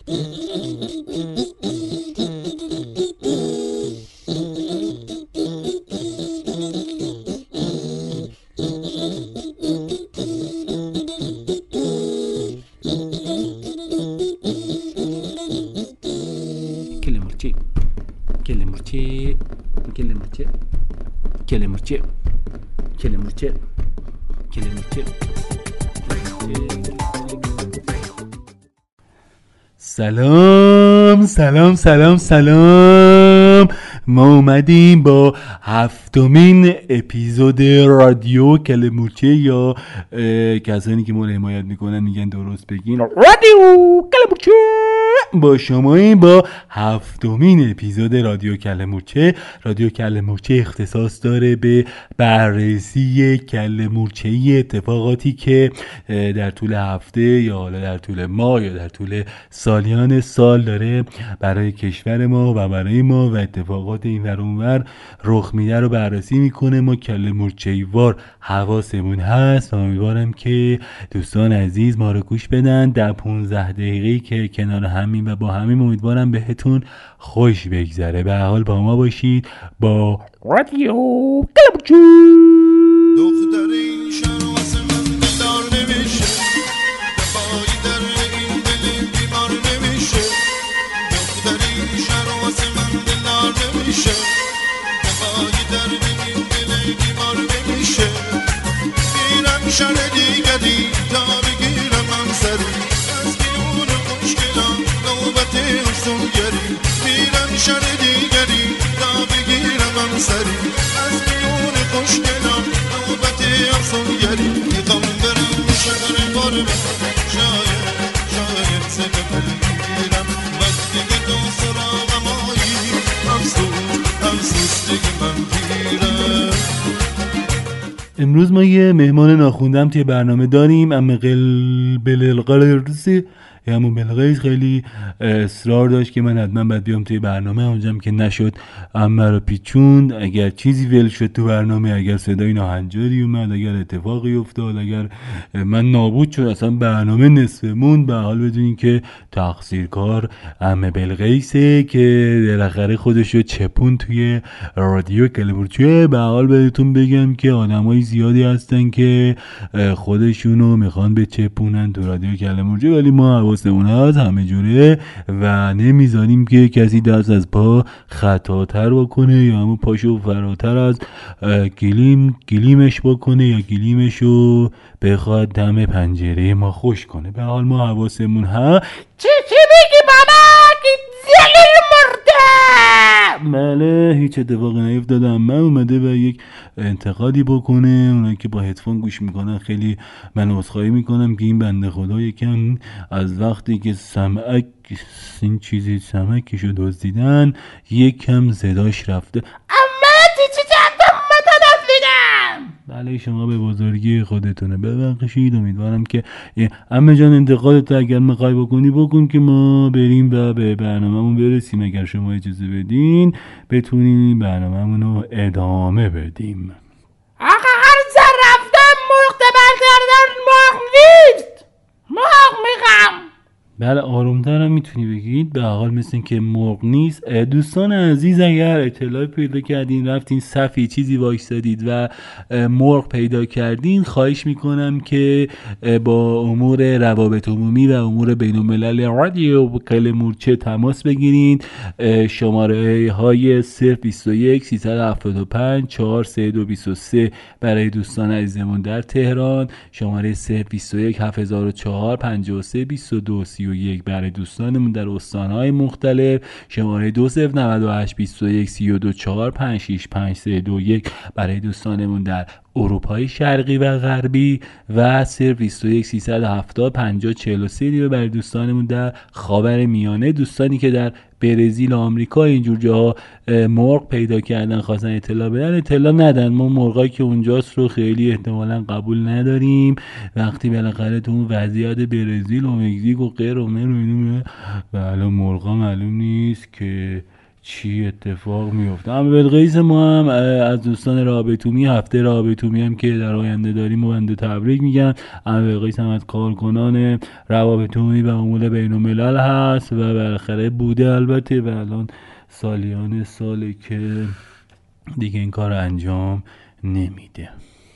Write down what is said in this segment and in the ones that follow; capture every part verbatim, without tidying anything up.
Kelemurçe, kelemurçe, kelemurçe. سلام سلام سلام سلام ما اومدیم با هفتمین اپیزود رادیو کلمورچه، یا کسانی که ما رو حمایت میکنن میگن درست بگین رادیو کلمورچه. با شما این با هفتمین اپیزود رادیو کلمورچه. رادیو کلمورچه اختصاص داره به بررسی کلمورچه‌ای اتفاقاتی که در طول هفته یا حالا در طول ماه یا در طول سالیان سال داره برای کشور ما و برای ما و اتفاقات این ور اون ور رخ میده رو بررسی میکنه. ما کلمورچه‌ای وار حواسمون هست و امیدوارم که دوستان عزیز ما رو گوش بدن. در پانزده دقیقه‌ای که کنار همین و با همین امیدوارم بهتون خوش بگذره. به هر حال با ما باشید با رادیو کلمورچه. دخترین شهر واسه من دلدار نمیشه، دفاعی در این دل بیمار نمیشه. دخترین شهر واسه من دلدار نمیشه، دفاعی در این دل بیمار نمیشه. میرم شهر دیگری تا بگیرم من سری از بیرون خوشگلان نوبت افسونگری. میرم شهر دیگری تا بگیرم من سری از بیرون خوشگلان نوبت افسونگری. میخوام برم شهر بار بزنم شاید شاید سبب بگیرم وقتی که تو سراغم آیی افسون افسوس دیگه من گیرم. امروز ما یه مهمان ناخوندم توی برنامه داریم. اما قل بلقرسی یا همون بلقیس خیلی اصرار داشت که من حتما باید بیام توی برنامه. اونجام که نشد اما رو پیچوند. اگر چیزی ول شد تو برنامه، اگر صدای ناهنجاری اومد، اگر اتفاقی افتاد، اگر من نابود شد اصلا برنامه نصف موند، به حال بدونین که تقصیرکار عمه بلقیسه که بالاخره خودشو چپون توی رادیو کلمورچه. به حال بهتون بگم که آدمای زیادی هستن که خودشونو میخوان به چپونن تو رادیو کلمورچه، ولی ما حواسمون هست همه جوره و نمیذاریم که کسی دست از پا خطاتر بکنه یا همون پاشو فراتر از گلیم گلیمش بکنه یا گلیمشو بخواد دم پنجره ما خوش کنه. به حال ما حواسمون هست. چی چی بگی بابا که زلیل مرده؟ بله هیچ اتفاقی نیفتاده. من اومده و یک انتقادی بکنه. اونایی که با هدفون گوش میکنن خیلی من عذرخواهی میکنم که این بنده خدا یکم از وقتی که سمعک این چیزی سمعکشو دزدیدن یکم صداش رفته. اما تی چی چندم متا دزدیدم؟ بله شما به بزرگی خودتونه ببخشید. امیدوارم که عمه جان انتقادت اگر میخوای بکنی بکن که ما بریم و به برنامه‌مون برسیم. اگر شما اجازه بدین بتونیم برنامه‌مون رو ادامه بدیم. آقا هر جا رفتم مرغ برگردن مرغ نیست، مرغ میخوام. بله آرومتر هم میتونی بگید. به حال مثل این که مرغ نیست. دوستان عزیز اگر اطلاعی پیدا کردین رفتین صفی چیزی وایستادید و مرغ پیدا کردین، خواهش میکنم که با امور روابط عمومی و امور بین الملل رادیو کلمورچه تماس بگیرین. شماره های صفر بیست و یک سیصد و هفتاد و پنج چهار سه دو بیست و سه برای دوستان عزیزمون در تهران، شماره صفر بیست و یک هفت هزار و چهار پنجاه و سه بیست و دو سی و یک برای دوستانمون در استان‌های مختلف، شماره دو صفر نود و هشت بیست و یک سی و دو چهار پنج شش پنج سه دو یک برای دوستانمون در اروپای شرقی و غربی و صفر بیست و یک سیصد و هفتاد پنجاه چهل و سه برای دوستانمون در خاور میانه. دوستانی که در برزیل و آمریکا اینجور جاها مرغ پیدا کردن خواستن اطلاع بدن، اطلاع ندن. ما مرغایی که اونجاست رو خیلی احتمالاً قبول نداریم. وقتی بالاخره تو اون وضعیت برزیل و مکزیک و غیر و من و اینو و الان مرغا معلوم نیست که چی اتفاق میفته. اما بلقیس ما هم از دوستان رابطومی، هفته رابطومی هم که در آینده داریم و بنده تبریک میگم. اما بلقیس هم از کارکنان روابطومی و امور بین الملل هست و بالاخره بوده البته و الان سالیان ساله که دیگه این کار انجام نمیده.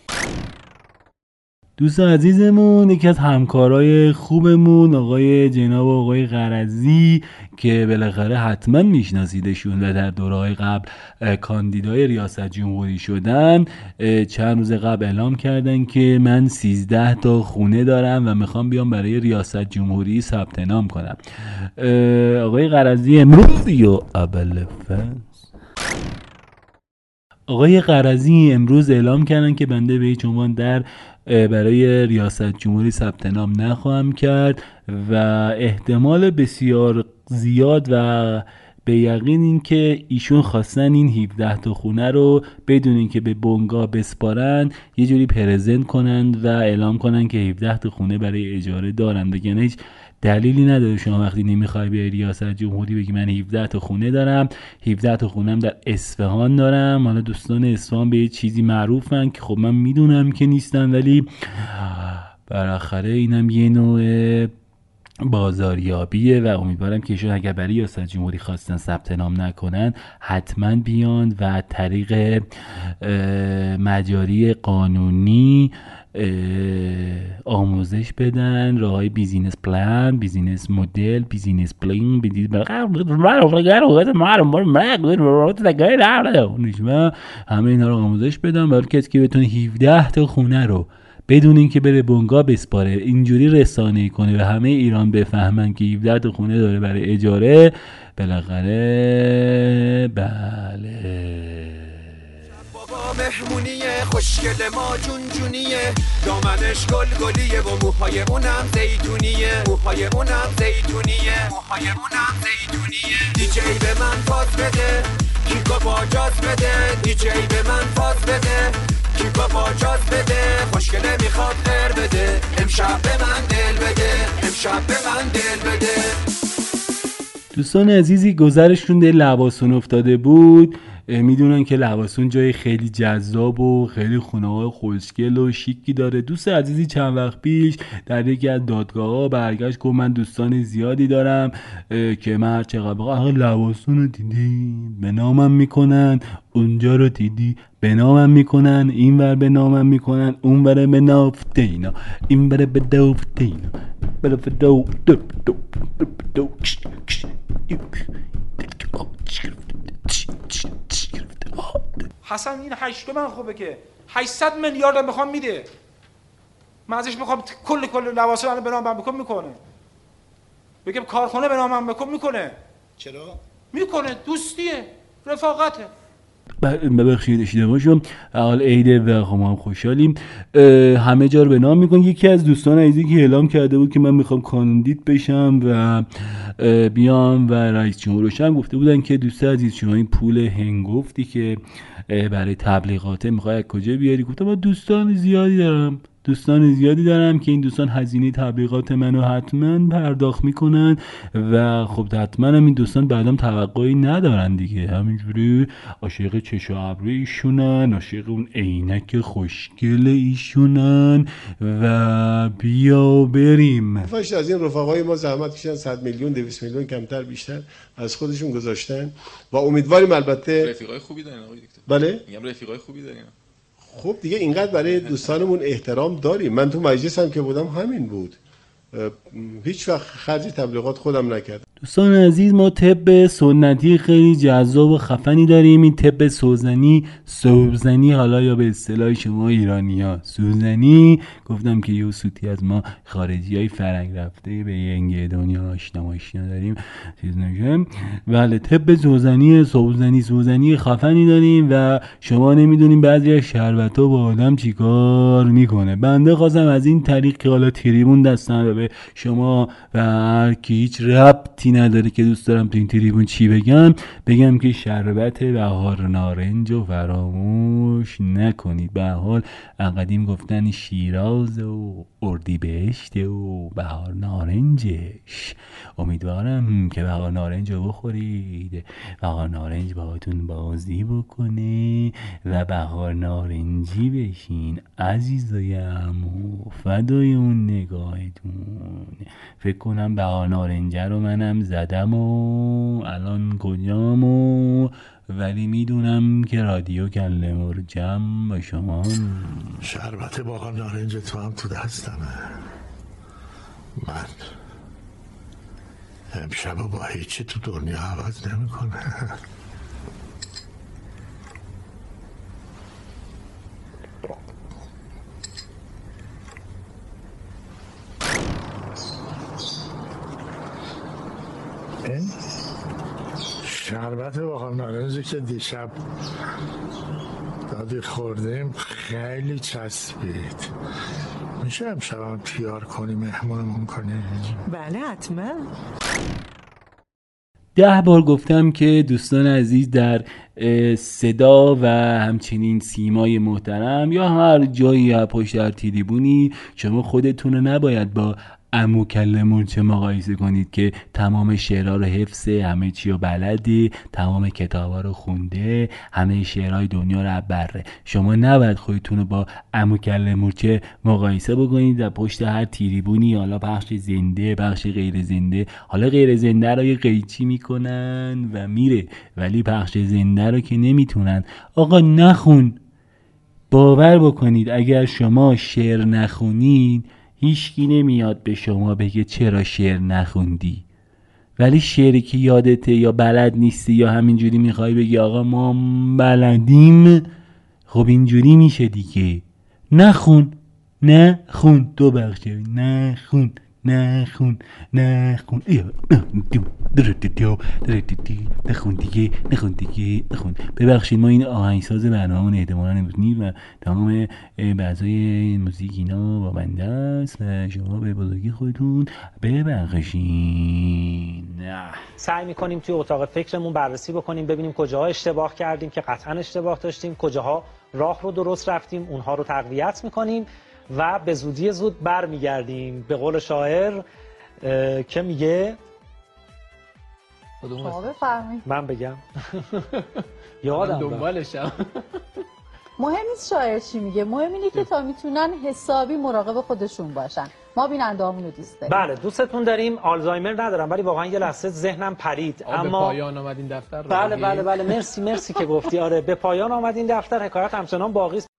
دوست عزیزمون یکی از همکارای خوبمون آقای جناب آقای قرضی که بالاخره حتما میشناسیدشون و در دوره‌های قبل کاندیدای ریاست جمهوری شدن، چند روز قبل اعلام کردن که من سیزده تا خونه دارم و میخوام بیام برای ریاست جمهوری ثبت نام کنم. آقای قرضی امروز یا اول فصل آقای قرضی امروز اعلام کردن که بنده به هیچ عنوان در برای ریاست جمهوری ثبت نام نخواهم کرد و احتمال بسیار زیاد و به یقین این که ایشون خواستن این هفده تا خونه رو بدون اینکه به بنگاه بسپارن یه جوری پرزنت کنند و اعلام کنن که هفده تا خونه برای اجاره دارن. بگن هیچ دلیلی نداره شما وقتی نمیخوای به ریاست جمهوری بگی من هفده تا خونه دارم، هفده تا خونم در اصفهان دارم. حالا دوستان اصفهان به یه چیزی معروفن که خب من میدونم که نیستن، ولی بالاخره اینم یه نوع بازاریابیه و امیدوارم که ایشون اگر برای ریاست جمهوری خواستن ثبت نام نکنن حتما بیان و طریق مجاری قانونی آموزش بدن، راههای بیزینس پلان، بیزینس مدل، بیزینس پلان، بیزینس همه اینا رو آموزش بدن برای کسی که بتونه هفده تا خونه رو بدون اینکه بره بنگاه بسپاره اینجوری رسانه‌ای کنه و همه ایران بفهمن که هفده تا خونه داره برای اجاره. بالاخره بله مهمونیه خوشگل ما جون جونیه، دامنش گل گلیه و موهای اونم زیتونیه، موهای اونم زیتونیه، موهای اونم زیتونیه. دیجی به من فاز بده، کیکو باجاز بده، دیجی به من فاز بده، کیکو باجاز بده، خوشگله میخواد غیر بده، امشب به من دل بده، امشب به من دل بده. دوستان عزیزی گذرشون در لواسون افتاده بود، میدونن که لواسون جای خیلی جذاب و خیلی خونه‌های خوشگل و شیکی داره. دوست عزیزی چند وقت پیش در یکی از دادگاه‌ها برگشت گفت من دوستان زیادی دارم که من هر چقدر بخوام لواسون رو دیدی به نامم میکنن، اونجا رو دیدی به نامم میکنن، این ور به نامم میکنن، اون ور به نافته اینا، این ور به دافته اینا، بلا فدو دو دو دو حسن این هشت من خوبه که هشتصد میلیارد هم بخوام میده، من ازش میخوام کل کل لواسه من به نام من بکن میکنه، بگم کارخونه به نام من بکن میکنه. چرا؟ میکنه، دوستیه، رفاقته. ببخشید اشتباه شدم. حال عیده و خب ما هم خوشحالیم. همه جا رو به نام میکنم. یکی از دوستان عزیزی که اعلام کرده بود که من میخوام کاندید بشم و بیام و رئیس جمهور شم، گفته بودن که دوست عزیز شما این پول هنگفتی که برای تبلیغاته میخوای از کجا بیاری؟ گفتم من دوستان زیادی دارم دوستان زیادی دارم که این دوستان هزینه تبلیغات منو حتما پرداخت میکنن و خب حتما هم این دوستان بعدم توقعی ندارن دیگه، همینجوری عاشق چش و ابروی ایشونن، عاشق اون عینک خوشگل ایشونن و بیا بریم. فاش از این رفقای ما زحمت کشیدن، صد میلیون دویست میلیون کمتر بیشتر از خودشون گذاشتن و امیدواریم البته رفیقای خوبی دارین آقای دکتر. بله میگم رفیقای خوبی دارین. خب دیگه اینقدر برای دوستانمون احترام داریم. من تو مجلس هم که بودم همین بود، هیچ وقت خرج تبلیغات خودم نکردم. دوستان عزیز ما طب سنتی خیلی جذاب و خفنی داریم. این طب سوزنی سوزنی حالا یا به اصطلاح شما ایرانی‌ها سوزنی، گفتم که یه سوتی از ما خارجیای فرنگ رفته به ینگ دنیا آشنا آشنا داریم چیز نمیشه. بله طب سوزنی سوزنی سوزنی خفنی داریم و شما نمیدونیم بعضی از شربت‌ها با آدم چیکار میکنه. بنده خواستم از این طریق که حالا تریبون دستم و به شما و هر کی هیچ ربطی ربطی نداره که دوست دارم تو این تریبون چی بگم، بگم که شربت بهار نارنج رو فراموش نکنید. به حال قدیم گفتن شیراز و اردیبهشت و بهار نارنجش. امیدوارم که بهار نارنج رو بخورید، بهار نارنج باهاتون بازی بکنه و بهار نارنجی بشین عزیزایم و فدای اون نگاهتون. فکر کنم بهار نارنجه رو منم زدم و الان کجام و ولی میدونم که رادیو کله مرجم با شما. شربت بهار نارنج تو هم تو دستمه. من امشب با هیچی تو دنیا عوض نمی کنه. این شربت بهار نارنجی که دیشب دادی خوردیم خیلی چسبید. میشه امشب هم پیار کنی مهمونمون کنی؟ بله حتما. ده بار گفتم که دوستان عزیز در صدا و همچنین سیمای محترم یا هر جایی پشت هر تریبونی شما خودتون رو نباید با عمو کله مرچه مقایسه کنید که تمام شعرها رو حفظه، همه چی رو بلده، تمام کتابا رو خونده، همه شعرهای دنیا رو بره. شما نباید خودتون رو با عمو کله مرچه مقایسه بکنید و پشت هر تریبونی، حالا پخش زنده، پخش غیر زنده، حالا غیر زنده رو یه قیچی میکنن و میره، ولی پخش زنده رو که نمیتونن. آقا نخون. باور بکنید اگر شما شعر نخونید هیچکی نمیاد به شما بگه چرا شعر نخوندی، ولی شعری که یادته یا بلد نیستی یا همینجوری میخوای بگی آقا ما بلدیم، خب اینجوری میشه دیگه. نخون نخون دو بخشه نخون نخون نخون نخون دیگه نخون دیگه نخون. ببخشید ما این آهنگساز برنامه احتمالاً امروز نیم و تمام بعضای موزیک اینا با بنده است و شما به بزرگی خودتون ببخشین. سعی میکنیم توی اتاق فکرمون بررسی بکنیم ببینیم کجاها اشتباه کردیم که قطعا اشتباه داشتیم، کجاها راه رو درست رفتیم اونها رو تقویت میکنیم و به زودی زود بر میگردیم. به قول شاعر که میگه شما بفرمایید. من بگم یادم دنبالشم. مهم نیست شاعر چی میگه، مهم اینه که تا میتونن حسابی مراقب خودشون باشن. ما بیننده‌هامون رو دوست داریم. بله دوستتون داریم. آلزایمر ندارم ولی واقعا یه لحظه ذهنم پرید. اما به پایان آمد این دفتر. بله بله بله مرسی مرسی که گفتی. آره به پایان آمد این دفتر. حکایت همچنان باقی است.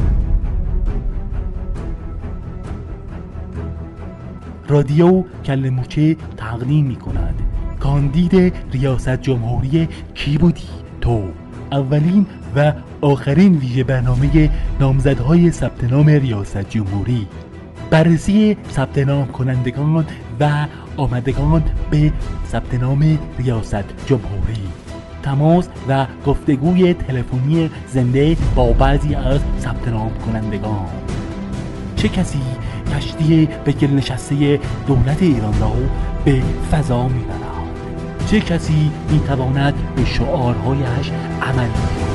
رادیو کله مرچه تقدیم می کند کاندید ریاست جمهوری کی بودی تو، اولین و آخرین ویژه برنامه نامزدهای ثبت نام ریاست جمهوری، بررسی ثبت نام کنندگان و آمدگان به ثبت نام ریاست جمهوری، تماس و گفتگوی تلفنی زنده با بعضی از ثبت نام کنندگان. چه کسی کشتی به گل نشسته دولت ایران را به فضا می‌برد؟ چه کسی می‌تواند به شعارهایش عمل کند؟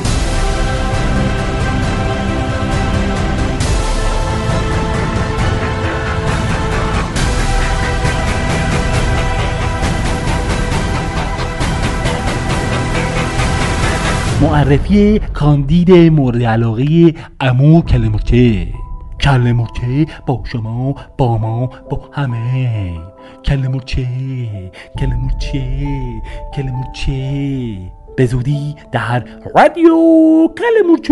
معرفی کاندید مورد علاقه عمو کله مرچه. کله مرچه با شما، با ما، با همه. کله مرچه، کله مرچه، کله مرچه، به زودی در رادیو کله مرچه.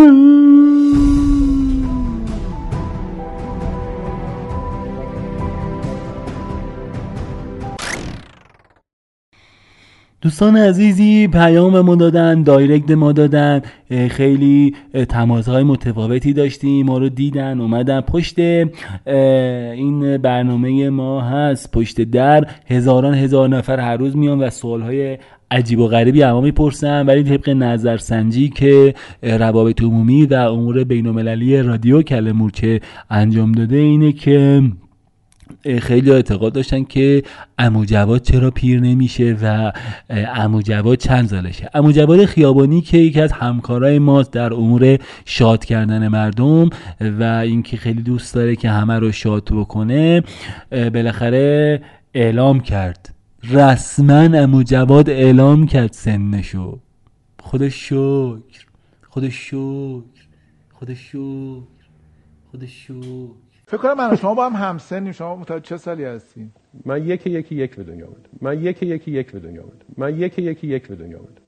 دوستان عزیزی پیام ما دادن، دایرکت ما دادن، خیلی تماس‌های متفاوتی داشتیم، ما رو دیدن اومدن پشت این برنامه ما هست، پشت در هزاران هزار نفر هر روز میان و سوالهای عجیب و غریبی اما میپرسن، ولی طبق نظرسنجی که روابط عمومی و امور بین‌المللی رادیو کله مرچه انجام داده اینه که خیلی اعتقاد داشتن که عمو جواد چرا پیر نمیشه و عمو جواد چند سالشه. عمو جواد خیابانی که یکی از همکارای ماست در امور شاد کردن مردم و اینکه خیلی دوست داره که همه رو شاد بکنه، بالاخره اعلام کرد، رسما عمو جواد اعلام کرد سنشو. خدا شکر، خدا شکر، خدا شکر، خدا شکر. فکر کنم من و شما با هم همسنیم. شما متولد چه سالی هستین؟ من یکی یکی یک به دنیا آمدم. من یکی یکی یک به دنیا آمدم. من یکی یکی یک به دنیا آمدم.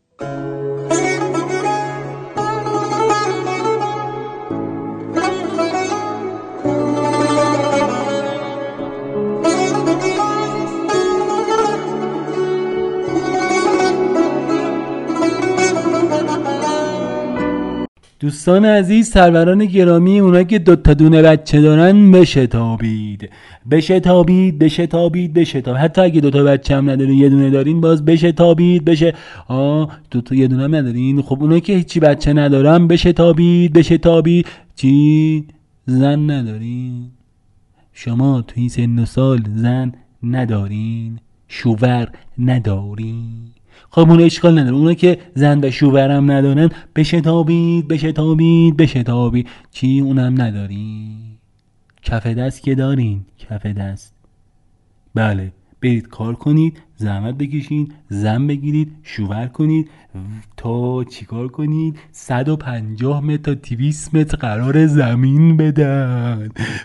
دوستان عزیز، سروران گرامی، اونایی که دو تا دونه بچه دارن بشتابید بشتابید بشتابید بشتابید. حتی اگه دو تا بچه هم ندارین، یه دونه دارین، باز بشتابید بشه آه دو تا یه دونه هم ندارین. خب اونایی که هیچی بچه ندارن بشتابید بشتابید. چی؟ زن ندارین؟ شما تو این سن و سال زن ندارین؟ شوور ندارین؟ خب اون اشکال نداره. اونا که زن و شوورم ندارن بشتابید بشتابید بشتابید. چی؟ اونم ندارین؟ کف دست که دارین؟ کف دست بله، برید کار کنید، زحمت بکشید، زن بگیرید، شوور کنید تا چیکار کنید؟ صد و پنجاه متر تا دویست متر قرار زمین بدن.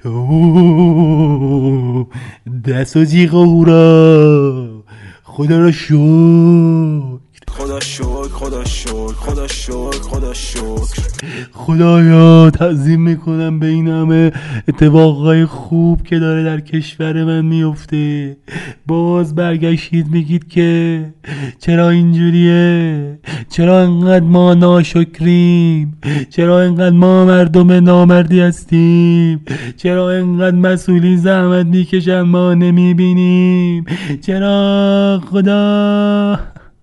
اوه دست و جیغ و هورا. خدا را شکر، خدا شکر، خدا شکر، خدا شکر، خدا شکر. خدایا تعظیم میکنم به این همه اتفاقای خوب که داره در کشور من میفته. باز برگشتید میگید که چرا اینجوریه، چرا انقدر ما ناشکریم، چرا انقدر ما مردم نامردی هستیم، چرا انقدر مسئولی زحمت میکشن ما نمیبینیم، چرا خدا.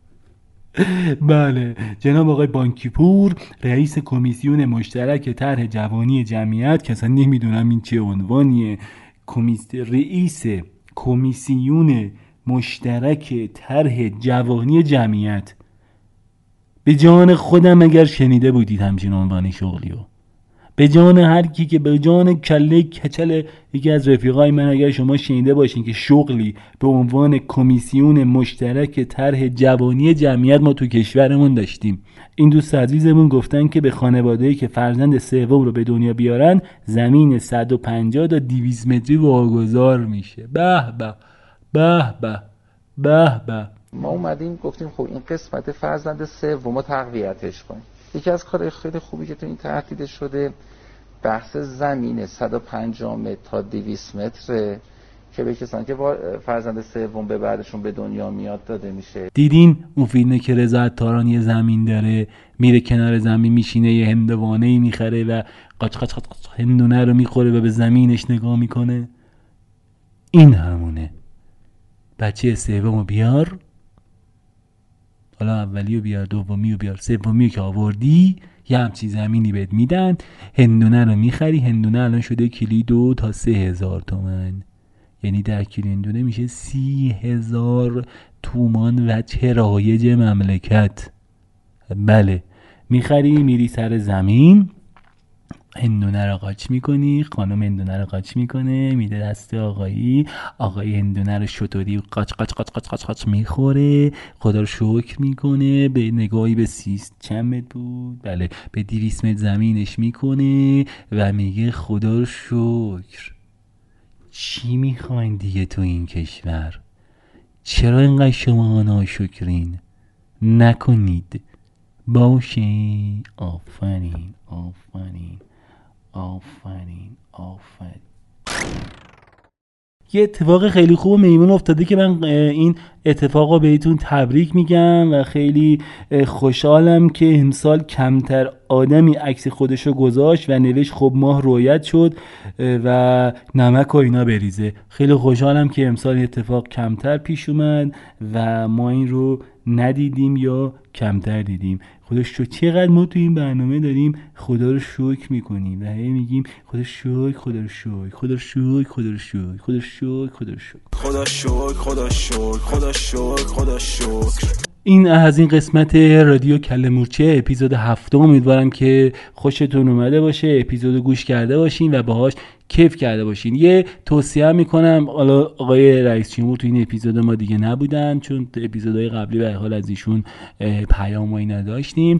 بله، جناب آقای بانکیپور رئیس کمیسیون مشترک طرح جوانی جمعیت، که اصلا نمیدونم این چه عنوانیه، کمیس... رئیس کمیسیون مشترک طرح جوانی جمعیت. به جان خودم اگر شنیده بودید همچین عنوانی شغلیو، به جان هر کی که به جان کله کچل یکی از رفیقای من، اگر شما شنیده باشین که شغلی به عنوان کمیسیون مشترک طرح جوانی جمعیت ما تو کشورمون داشتیم. این دوست عزیزمون گفتن که به خانواده‌ای که فرزند سوم رو به دنیا بیارن زمین صد و پنجاه تا دویست متری واگذار میشه. به به به به به به. ما اومدیم گفتیم خب این قسمت فرزند سوم رو تقویتش کنیم. یکی از کارهای خیلی خوبی که تو این طرح دیده شده بحث زمین صد و پنجاه متر تا دویست متر که به کسانی که فرزند سوم به بعدشون به دنیا میاد داده میشه. دیدین اون فیلمه که رضا عطاران یه زمین داره، میره کنار زمین میشینه یه هندوانه‌ای میخره و قاچ قاچ قاچ هندونه رو میخوره و به زمینش نگاه میکنه؟ این همونه. بچه سومو بیار، حالا اولیو بیار، دومیو بیار، سومیو که آوردی یه همچین زمینی بهت میدن، هندونه رو میخری. هندونه الان شده کیلوی دو تا سه هزار تومن، یعنی در کیلو هندونه میشه سی هزار تومان و چه رایج مملکت. بله، میخری، میری سر زمین، هندونه رو قاچ میکنی، خانم هندونه رو قاچ میکنه، میده دست آقایی، آقای هندونه رو شطوری قاچ قاچ قاچ قاچ قاچ قاچ میخوره، خدا رو شکر میکنه، به نگاهی به سیست چند متر بود، بله به دویست متر زمینش میکنه و میگه خدا رو شکر. چی میخواین دیگه تو این کشور؟ چرا اینقدر شما ناشکرین؟ نکنید. باشه. آفرین آفرین آفرین آفرین. یه اتفاق خیلی خوب میمون افتاده که من این اتفاق رو بهتون تبریک میگم و خیلی خوشحالم که امسال کمتر آدمی عکس خودش رو گذاشت و نوشت خب ماه رویت شد و نمک و اینا بریزه. خیلی خوشحالم که امسال اتفاق کمتر پیش اومد و ما این رو ندیدیم یا کمتر دیدیم. خدا شکر. چقدر ما تو این برنامه داریم خدا رو شکر میکنیم و هی میگیم خدا شکر خدا رو شکر خدا رو شکر خدا رو شکر خدا رو شکر خدا رو شکر خدا شکر خدا شکر خدا شکر خدا شکر. این از این قسمت رادیو کله مورچه اپیزود هفتم. امیدوارم که خوشتون اومده باشه، اپیزودو گوش کرده باشین و باهاش کیف کرده باشین. یه توصیه میکنم، حالا آقای رئیس جمهور تو این اپیزود ما دیگه نبودن چون اپیزودهای قبلی به هر حال از ایشون پیام و اینا داشتیم.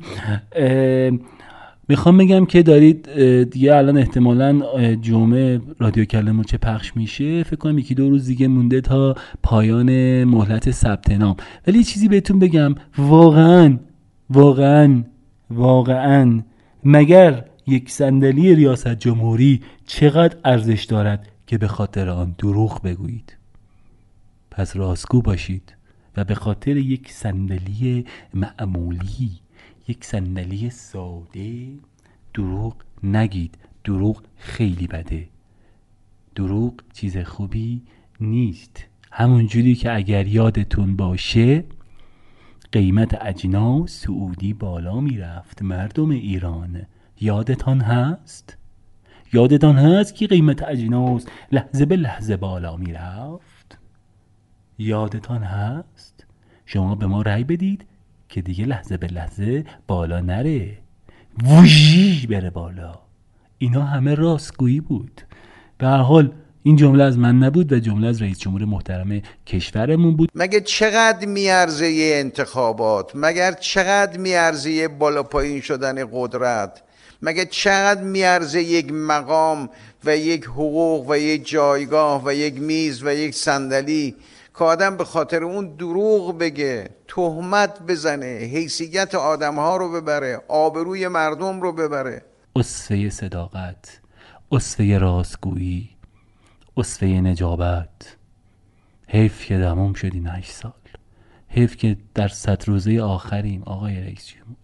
میخوام بگم که دارید دیگه الان احتمالاً جمعه رادیو کله مورچه پخش میشه، فکر کنم یکی دو روز دیگه مونده تا پایان مهلت ثبت نام. ولی یه چیزی بهتون بگم، واقعاً واقعاً واقعاً مگر یک صندلی ریاست جمهوری چقدر ارزش دارد که به خاطر آن دروغ بگویید؟ پس راستگو باشید و به خاطر یک صندلی معمولی، یک صندلی ساده دروغ نگید. دروغ خیلی بده، دروغ چیز خوبی نیست. همون جوری که اگر یادتون باشه قیمت اجناس سعودی بالا میرفت مردم ایران، یادتان هست؟ یادتان هست که قیمت اجناس لحظه به لحظه بالا میرفت؟ یادتان هست؟ شما به ما رأی بدید که دیگه لحظه به لحظه بالا نره، ووژی بره بالا. اینا همه راستگویی بود. به هر حال این جمله از من نبود و جمله از رئیس جمهور محترم کشورمون بود. مگه چقدر میارزه یه انتخابات؟ مگر چقدر میارزه بالا پایین شدن قدرت؟ مگه چقدر میارزه یک مقام و یک حقوق و یک جایگاه و یک میز و یک صندلی که آدم به خاطر اون دروغ بگه، تهمت بزنه، حیثیت آدمها رو ببره، آبروی مردم رو ببره؟ اسوه صداقت، اسوه راستگویی، اسوه نجابت. حیف که تمام شد این هشت سال، حیف که در صد روزه آخریم آقای رئیس جمهور.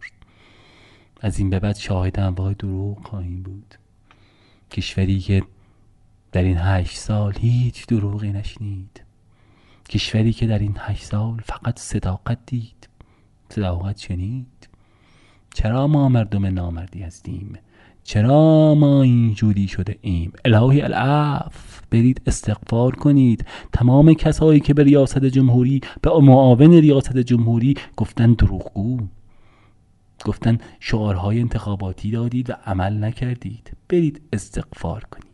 از این به بعد شاهد انواع دروغ خواهیم بود. کشوری که در این هشت سال هیچ دروغی نشنید، کشوری که در این هشت سال فقط صداقت دید، صداقت شنید. چرا ما مردم نامردی هستیم؟ چرا ما اینجوری شده ایم؟ الهی العفو، برید استغفار کنید. تمام کسایی که به ریاست جمهوری، به معاون ریاست جمهوری گفتن دروغگو، گفتن شعارهای انتخاباتی دادید و عمل نکردید، برید استغفار کنید.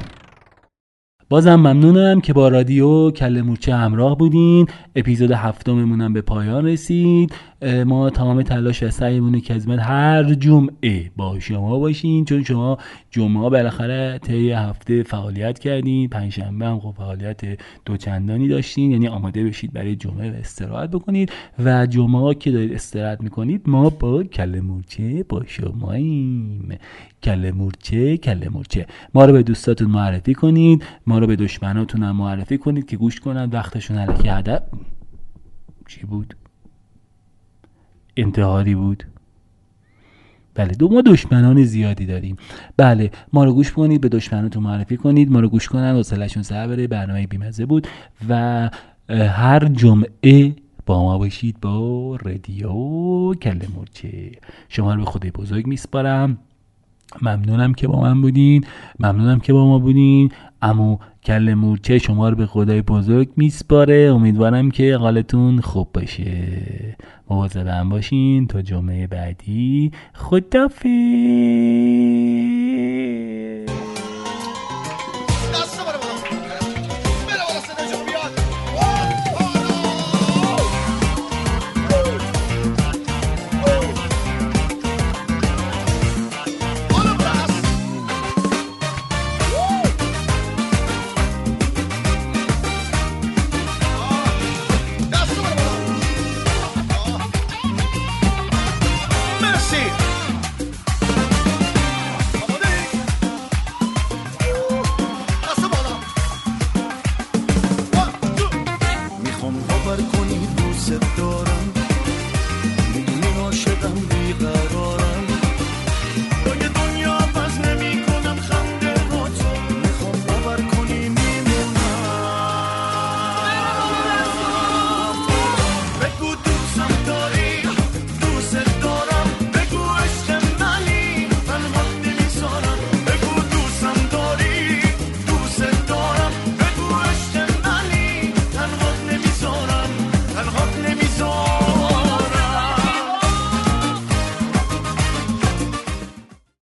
بازم ممنونم که با رادیو کله مورچه همراه بودین. اپیزود هفتممون هم به پایان رسید. ما تمام تلاش و سعیمونه که از من هر جمعه با شما باشین، چون شما جمعه بالاخره طی هفته فعالیت کردین، پنجشنبه هم خب فعالیت دوچندانی داشتین، یعنی آماده بشید برای جمعه و استراحت بکنید و جمعه که دارید استراحت میکنید ما با کله مورچه با شماییم. کله مورچه کله مورچه. ما رو به دوستاتون معرفی کنید، ما رو به دشمناتون هم معرفی کنید که گوش کنن، وقتشون الکی ادب. چی بود؟ انتحاری بود. بله، دو ما دشمنان زیادی داریم. بله، ما رو گوش کنید، به دشمناتون معرفی کنید، ما رو گوش کنن، حوصله‌شون سر بره. برنامه بیمزه بود و هر جمعه با ما باشید با رادیو کله مورچه. شما رو به خدای بزرگ میسپارم. ممنونم که با من بودین، ممنونم که با ما بودین. عمو کله مورچه شما رو به خدای بزرگ میسپاره. امیدوارم که حالتون خوب باشه. مواظب هم باشین. تا جمعه بعدی، خداحافظ.